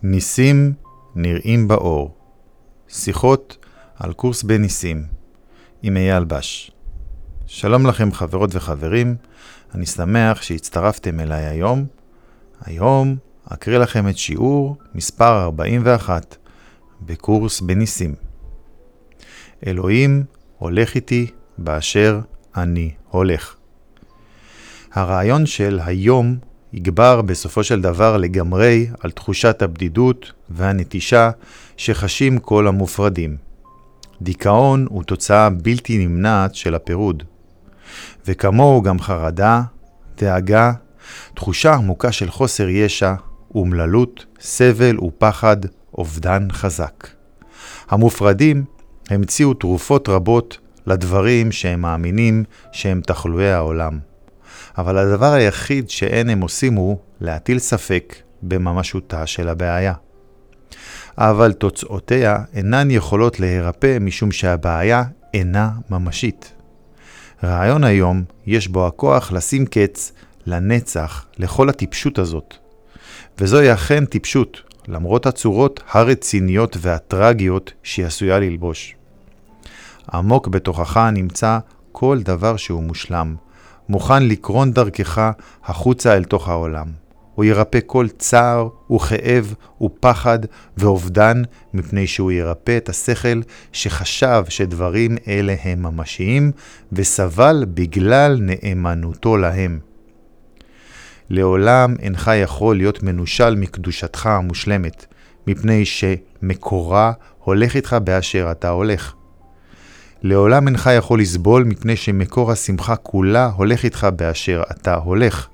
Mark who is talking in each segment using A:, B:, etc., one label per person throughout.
A: ניסים נראים באור. שיחות על קורס בניסים עם אייל בש. שלום לכם חברות וחברים, אני שמח שהצטרפתם אליי היום. היום אקריא לכם את שיעור מספר 41 בקורס בניסים. אלוהים הולך איתי באשר אני הולך. הרעיון של היום יגבר בסופו של דבר לגמרי על תחושת הבדידות והנטישה שחשים כל המופרדים. דיכאון הוא תוצאה בלתי נמנעת של הפירוד. וכמוהו גם חרדה, דאגה, תחושה עמוקה של חוסר ישע, אומללות, סבל ופחד, אובדן חזק. המופרדים המציאו תרופות רבות לדברים שהם מאמינים שהם תחלואי העולם. אבל הדבר היחיד שאין הם עושים הוא להטיל ספק בממשותה של הבעיה. אבל תוצאותיה אינן יכולות להירפא משום שהבעיה אינה ממשית. רעיון היום יש בו הכוח לשים קץ לנצח לכל הטיפשות הזאת. וזוהי אכן טיפשות, למרות הצורות הרציניות והטרגיות שהיא עשויה ללבוש. עמוק בתוכך נמצא כל דבר שהוא מושלם, מוכן לקרון דרכך החוצה אל תוך העולם. הוא ירפא כל צער וכאב ופחד ואובדן, מפני שהוא ירפא את השכל שחשב שדברים אלה הם ממשיים וסבל בגלל נאמנותו להם. לעולם אינך יכול להיות מנושל מקדושתך המושלמת, מפני שמקורה הולך איתך באשר אתה הולך. לעולם אינך יכול לסבול מפני שמקור השמחה כולה הולך איתך באשר אתה הולך.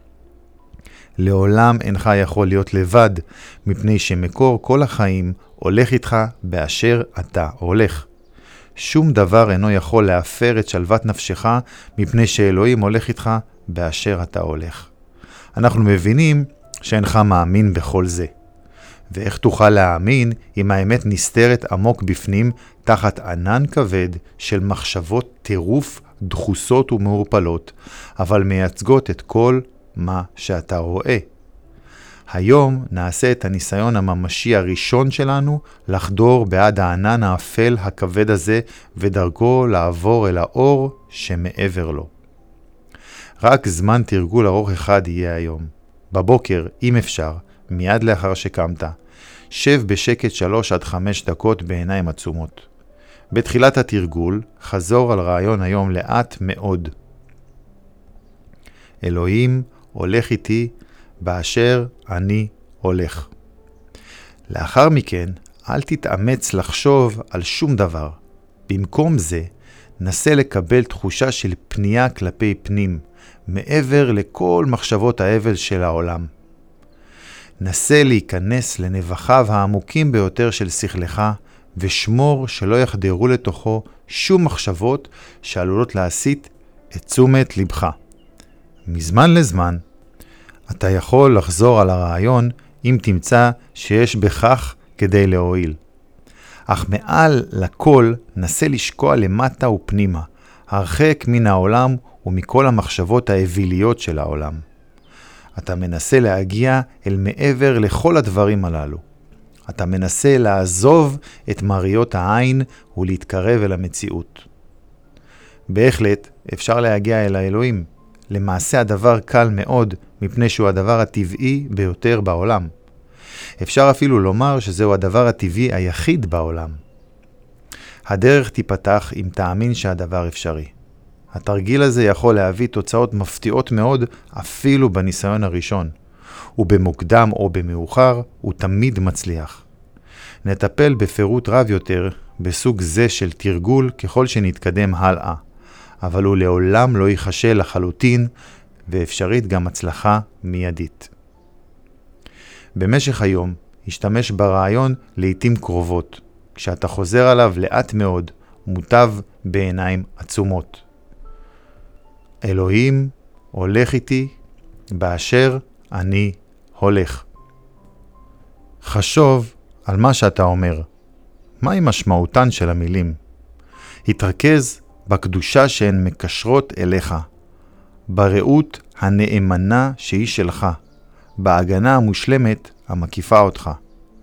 A: לעולם אינך יכול להיות לבד מפני שמקור כל החיים הולך איתך באשר אתה הולך. שום דבר אינו יכול להפר את שלוות נפשך מפני שאלוהים הולך איתך באשר אתה הולך. אנחנו מבינים שאינך מאמין בכל זה. ואיך תוכל להאמין אם האמת נסתרת עמוק בפנים תחת ענן כבד של מחשבות טירוף דחוסות ומעורפלות, אבל מייצגות את כל מה שאתה רואה. היום נעשה את הניסיון הממשי הראשון שלנו לחדור בעד הענן האפל הכבד הזה ודרכו לעבור אל האור שמעבר לו. רק זמן תרגול ארוך אחד יהיה היום. בבוקר, אם אפשר, מיד לאחר שקמת, שב בשקט 3 עד 5 דקות בעיניים עצומות. בתחילת התרגול, חזור על רעיון היום לאט מאוד. אלוהים הולך איתי באשר אני הולך. לאחר מכן, אל תתאמץ לחשוב על שום דבר. במקום זה, נסה לקבל תחושה של פנייה כלפי פנים, מעבר לכל מחשבות האבל של העולם. נסה להיכנס לנבחיו העמוקים ביותר של שכלך, ושמור שלא יחדרו לתוכו שום מחשבות שעלולות להסיט את תשומת לבך. מזמן לזמן, אתה יכול לחזור על הרעיון אם תמצא שיש בכך כדי להועיל. אך מעל לכל נסה לשקוע למטה ופנימה, הרחק מן העולם ומכל המחשבות האוויליות של העולם. אתה מנסה להגיע אל מעבר לכל הדברים הללו. אתה מנסה לעזוב את מריות העין ולהתקרב אל המציאות. בהחלט אפשר להגיע אל האלוהים. למעשה הדבר קל מאוד, מפני שהוא הדבר הטבעי ביותר בעולם. אפשר אפילו לומר שזהו הדבר הטבעי היחיד בעולם. הדרך תיפתח אם תאמין שהדבר אפשרי. התרגיל הזה יכול להביא תוצאות מפתיעות מאוד אפילו בניסיון הראשון, ובמוקדם או במאוחר הוא תמיד מצליח. נטפל בפירוט רב יותר בסוג זה של תרגול ככל שנתקדם הלאה, אבל הוא לעולם לא ייחשל לחלוטין ואפשרית גם הצלחה מיידית. במשך היום השתמש ברעיון לעתים קרובות, כשאתה חוזר עליו לאט מאוד, מוטב בעיניים עצומות. אלוהים הולך איתי באשר אני הולך. חשוב על מה שאתה אומר. מהי משמעותן של המילים? התרכז בקדושה שהן מקשרות אליך, בראות הנאמנה שהיא שלך, בהגנה המושלמת המקיפה אותך.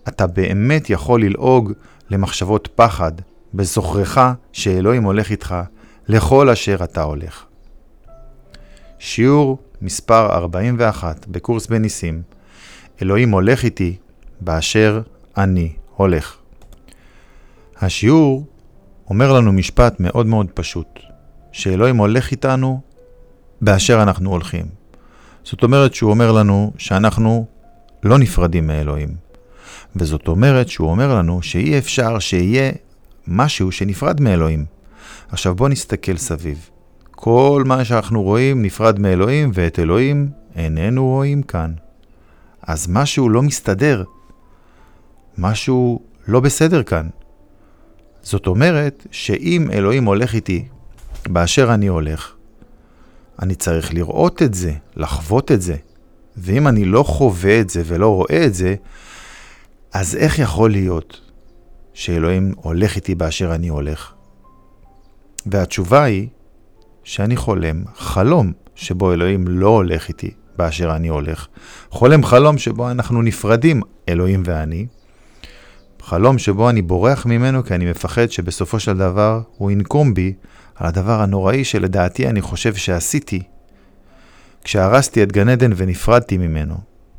A: אתה באמת יכול ללעוג למחשבות פחד, בזוכרך שאלוהים הולך איתך לכל אשר אתה הולך. שיעור מספר 41 בקורס בניסים, אלוהים הולך איתי באשר אני הולך. השיעור אומר לנו משפט מאוד מאוד פשוט, שאלוהים הולך איתנו באשר אנחנו הולכים. זאת אומרת שהוא אומר לנו שאנחנו לא נפרדים מאלוהים. וזאת אומרת שהוא אומר לנו שאי אפשר שיהיה משהו שנפרד מאלוהים. עכשיו בוא נסתכל סביב. כל מה שאנחנו רואים נפרד מאלוהים, ואת אלוהים איננו רואים כאן. אז משהו לא מסתדר. משהו לא בסדר כאן. זאת אומרת שאם אלוהים הולך איתי באשר אני הולך, אני צריך לראות את זה, לחוות את זה. ואם אני לא חווה את זה ולא רואה את זה, אז איך יכול להיות שאלוהים הולך איתי באשר אני הולך? והתשובה היא שאני חולם חלום שבו אלוהים לא הולך איתי באשר אני הולך. חולם חלום שבו אנחנו נפרדים, אלוהים ואני. חלום שבו אני בורח ממנו כי אני מפחד שבסופו של דבר הוא ינקום בי על הדבר הנוראי שלדעתי אני חושב שעשיתי כשהרסתי את גן עדן ונפרדתי ממנו.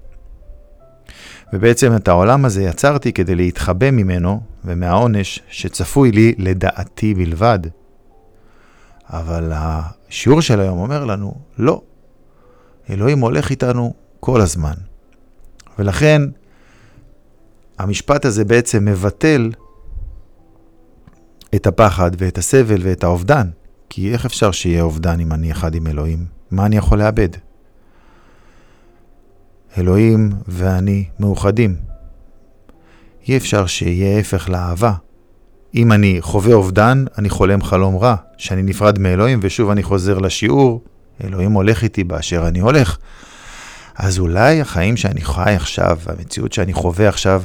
A: ובעצם את העולם הזה יצרתי כדי להתחבא ממנו ומהעונש שצפוי לי לדעתי בלבד. אבל השיעור של היום אומר לנו, לא. אלוהים הולך איתנו כל הזמן. ולכן המשפט הזה בעצם מבטל את הפחד ואת הסבל ואת האובדן. כי איך אפשר שיהיה אובדן אם אני אחד עם אלוהים? מה אני יכול לאבד? אלוהים ואני מאוחדים. אי אפשר שיהיה הפך לאהבה. אם אני חווה אובדן, אני חולם חלום רע, שאני נפרד מאלוהים, ושוב אני חוזר לשיעור, אלוהים הולך איתי באשר אני הולך. אז אולי החיים שאני חי עכשיו, המציאות שאני חווה עכשיו,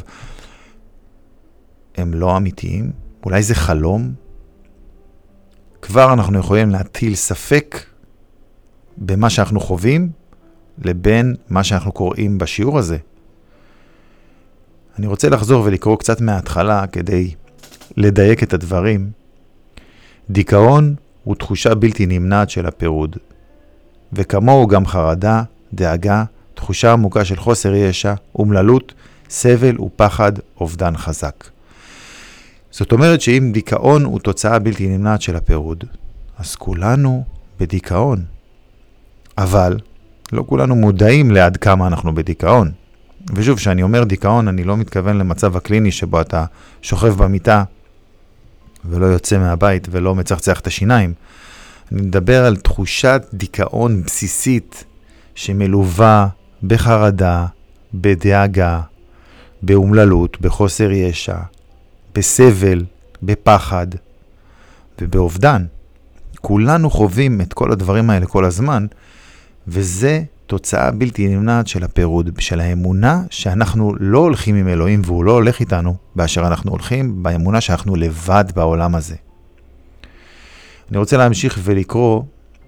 A: הם לא אמיתיים? אולי זה חלום? כבר אנחנו יכולים להטיל ספק במה שאנחנו חווים, לבין מה שאנחנו קוראים בשיעור הזה. אני רוצה לחזור ולקרוא קצת מההתחלה כדי לדייק את הדברים. דיכאון הוא תחושה בלתי נמנעת של הפירוד, וכמוהו גם חרדה, דאגה, תחושה עמוקה של חוסר ישע, אומללות, סבל ופחד, אובדן חזק. זאת אומרת שאם דיכאון הוא תוצאה בלתי נמנעת של הפירוד, אז כולנו בדיכאון. אבל לא כולנו מודעים לעד כמה אנחנו בדיכאון. ושוב, כשאני אומר דיכאון, אני לא מתכוון למצב הקליני שבו אתה שוכב במיטה ולא יוצא מהבית ולא מצחצח את השיניים. אני מדבר על תחושת דיכאון בסיסית שמלווה בחרדה, בדאגה, באומללות, בחוסר ישע, בסבל, בפחד ובאובדן. כולנו חווים את כל הדברים האלה כל הזמן, וזה תוצאה בלתי נמנעת של הפירוד, של האמונה שאנחנו לא הולכים עם אלוהים והוא לא הולך איתנו, באשר אנחנו הולכים באמונה שאנחנו לבד בעולם הזה. אני רוצה להמשיך ולקרוא.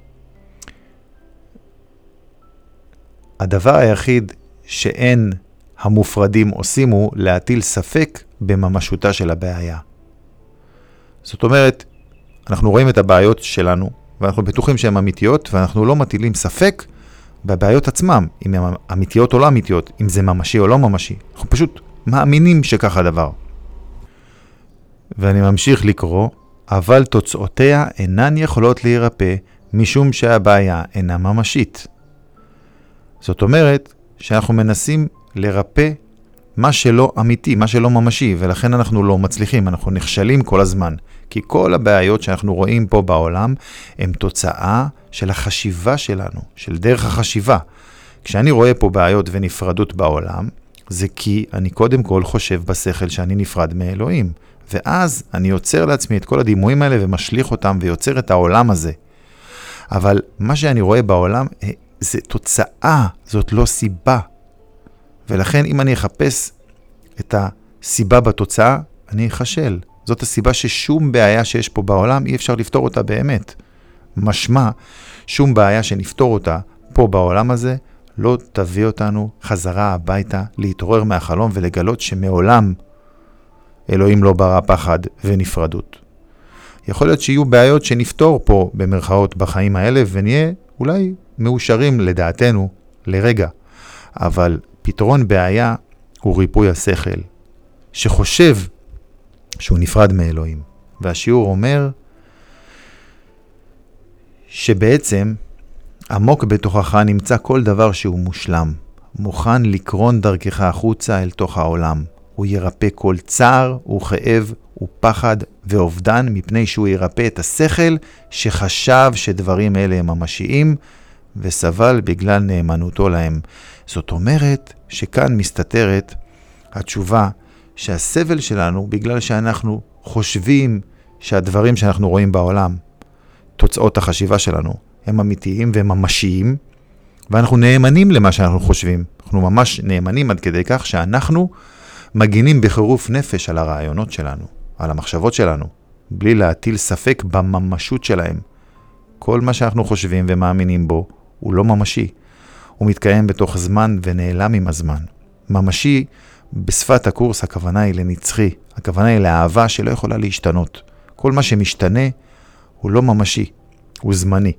A: הדבר היחיד שאין המופרדים עושים הוא להטיל ספק בממשותה של הבעיה. זאת אומרת, אנחנו רואים את הבעיות שלנו, ואנחנו בטוחים שהן אמיתיות, ואנחנו לא מטילים ספק בבעיות עצמם, אם הן אמיתיות או לא אמיתיות, אם זה ממשי או לא ממשי. אנחנו פשוט מאמינים שכך הדבר. ואני ממשיך לקרוא, אבל תוצאותיה אינן יכולות להירפא, משום שהבעיה אינה ממשית. זאת אומרת שאנחנו מנסים לרפא מה שלא אמיתי, מה שלא ממשי, ולכן אנחנו לא מצליחים, אנחנו נכשלים כל הזמן. כי כל הבעיות שאנחנו רואים פה בעולם, הן תוצאה של החשיבה שלנו, של דרך החשיבה. כשאני רואה פה בעיות ונפרדות בעולם, זה כי אני קודם כל חושב בשכל שאני נפרד מאלוהים. ואז אני יוצר לעצמי את כל הדימויים האלה ומשליך אותם ויוצר את העולם הזה. אבל מה שאני רואה בעולם זה תוצאה, זאת לא סיבה. ולכן אם אני אחפש את הסיבה בתוצאה, אני אחשל. זאת הסיבה ששום בעיה שיש פה בעולם אי אפשר לפתור אותה באמת. משמע, שום בעיה שנפתור אותה פה בעולם הזה לא תביא אותנו חזרה הביתה להתעורר מהחלום ולגלות שמעולם אלוהים לא ברא פחד ונפרדות. יכול להיות שיהיו בעיות שנפתור פה במרכאות בחיים האלה ונהיה אולי מאושרים לדעתנו לרגע, אבל פתרון בעיה הוא ריפוי השכל, שחושב שהוא נפרד מאלוהים. והשיעור אומר שבעצם עמוק בתוכך נמצא כל דבר שהוא מושלם, מוכן לקרון דרכך החוצה אל תוך העולם. הוא ירפא כל צער וכאב ופחד ואובדן, מפני שהוא ירפא את השכל שחשב שדברים אלה הם ממשיים וסבל בגלל נאמנותו להם. זאת אומרת שכאן מסתתרת התשובה שהסבל שלנו בגלל שאנחנו חושבים שהדברים שאנחנו רואים בעולם, תוצאות החשיבה שלנו, הם אמיתיים והם ממשיים, ואנחנו נאמנים למה שאנחנו חושבים. אנחנו ממש נאמנים עד כדי כך שאנחנו מגינים בחירוף נפש על הרעיונות שלנו, על המחשבות שלנו, בלי להטיל ספק בממשות שלהם. כל מה שאנחנו חושבים ומאמינים בו הוא לא ממשי. הוא מתקיים בתוך זמן ונעלם עם הזמן. ממשי בשפת הקורס הכוונה היא לנצחי, הכוונה היא לאהבה שלא יכולה להשתנות. כל מה שמשתנה הוא לא ממשי, הוא זמני.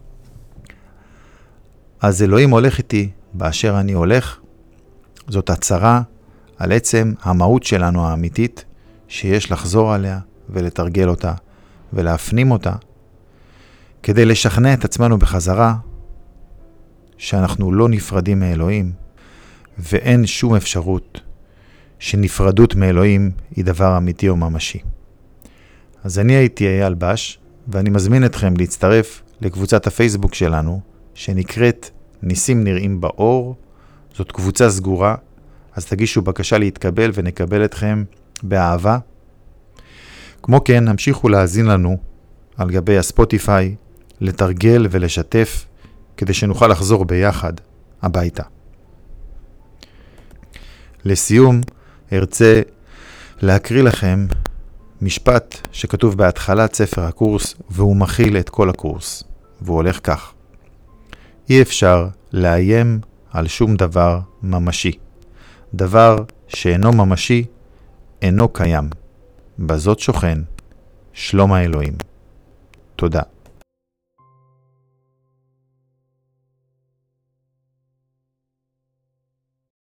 A: אז אלוהים הולך איתי באשר אני הולך. זאת הצהרה על עצם המהות שלנו האמיתית, שיש לחזור עליה ולתרגל אותה ולהפנים אותה, כדי לשכנע את עצמנו בחזרה שאנחנו לא נפרדים מאלוהים, ואין שום אפשרות שנפרדות מאלוהים היא דבר אמיתי או ממשי. אז אני הייתי אייל בש, ואני מזמין אתכם להצטרף לקבוצת הפייסבוק שלנו, שנקראת ניסים נראים באור. זאת קבוצה סגורה, אז תגישו בקשה להתקבל ונקבל אתכם באהבה. כמו כן, המשיכו להאזין לנו על גבי הספוטיפיי, לתרגל ולשתף, כדי שנוכל לחזור ביחד הביתה. לסיום, ארצה להקריא לכם משפט שכתוב בהתחלת ספר הקורס, והוא מכיל את כל הקורס, והוא הולך כך: אי אפשר לאיים על שום דבר ממשי. דבר שאינו ממשי אינו קיים. בזאת שוכן שלום האלוהים. תודה.